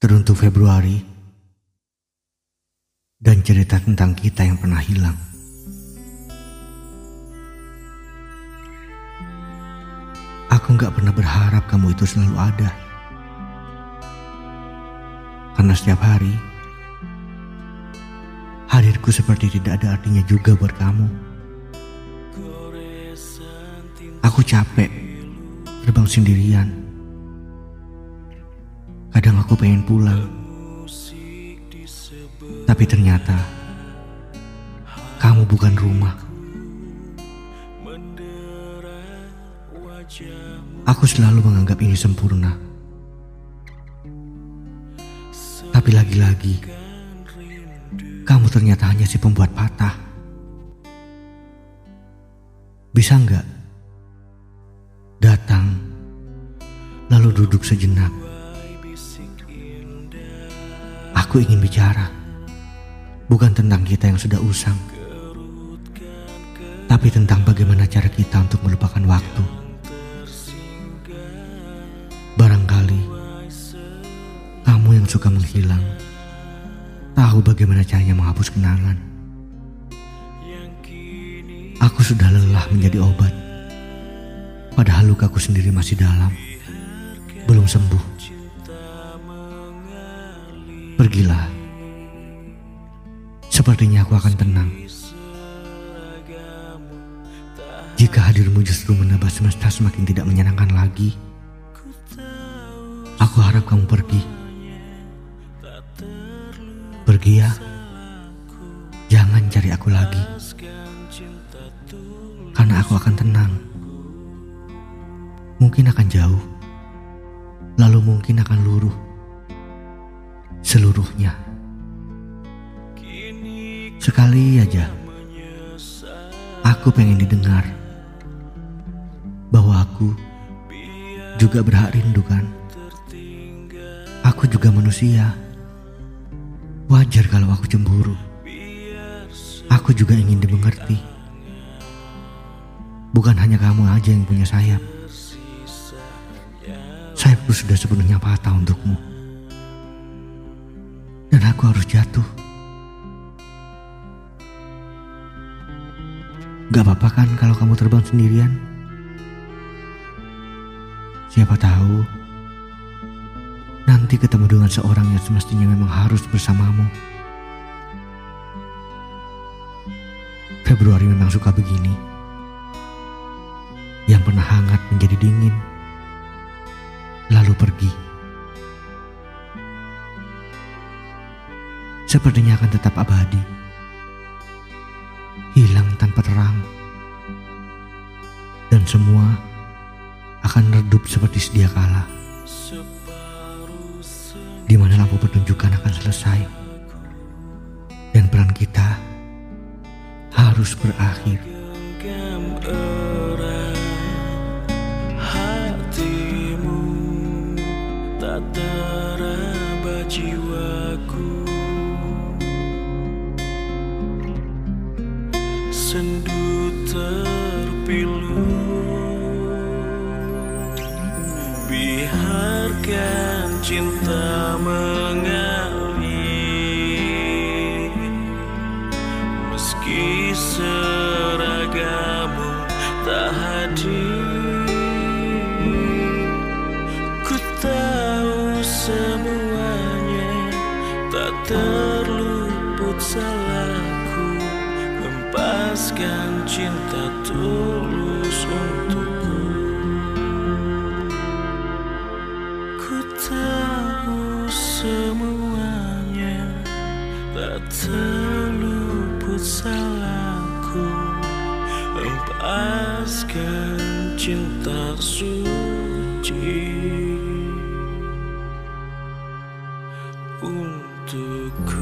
Teruntuk Februari dan cerita tentang kita yang pernah hilang. Aku gak pernah berharap kamu itu selalu ada. Karena setiap hari, hadirku seperti tidak ada artinya juga buat kamu. Aku capek terbang sendirian. Kadang aku pengen pulang, tapi ternyata kamu bukan rumah. Aku selalu menganggap ini sempurna, tapi lagi-lagi kamu ternyata hanya si pembuat patah. Bisa nggak datang lalu duduk sejenak? Aku ingin bicara, bukan tentang kita yang sudah usang, tapi tentang bagaimana cara kita untuk melupakan waktu. Barangkali kamu yang suka menghilang tahu bagaimana caranya menghapus kenangan. Aku sudah lelah menjadi obat, padahal lukaku sendiri masih dalam, belum sembuh. Pergilah, sepertinya aku akan tenang jika hadirmu justru menambah semesta semakin tidak menyenangkan lagi. Aku harap kamu pergi. Pergi ya, jangan cari aku lagi, karena aku akan tenang. Mungkin akan jauh, lalu mungkin akan luruh seluruhnya. Sekali aja aku pengen didengar bahwa aku juga berhak rindu kan. Aku juga manusia. Wajar kalau aku cemburu. Aku juga ingin dimengerti. Bukan hanya kamu aja yang punya sayap. Sayapku sudah sepenuhnya patah untukmu. Dan aku harus jatuh. Gak apa-apa kan kalau kamu terbang sendirian? Siapa tahu nanti ketemu dengan seorang yang semestinya memang harus bersamamu. Februari memang suka begini. Yang pernah hangat menjadi dingin, lalu pergi. Sepertinya akan tetap abadi, hilang tanpa terang, dan semua akan redup seperti sedia kala, di mana lampu pertunjukan akan selesai dan peran kita harus berakhir. Hatimu tak teraba jiwaku, sendu terpilu. Biarkan cinta mengalir, meski seragamu tak hadir. Ku tahu semuanya tak terluput salahku, hempaskan cinta tulus untukku. Ku tahu semuanya tak terluput salahku, hempaskan cinta suci untukku.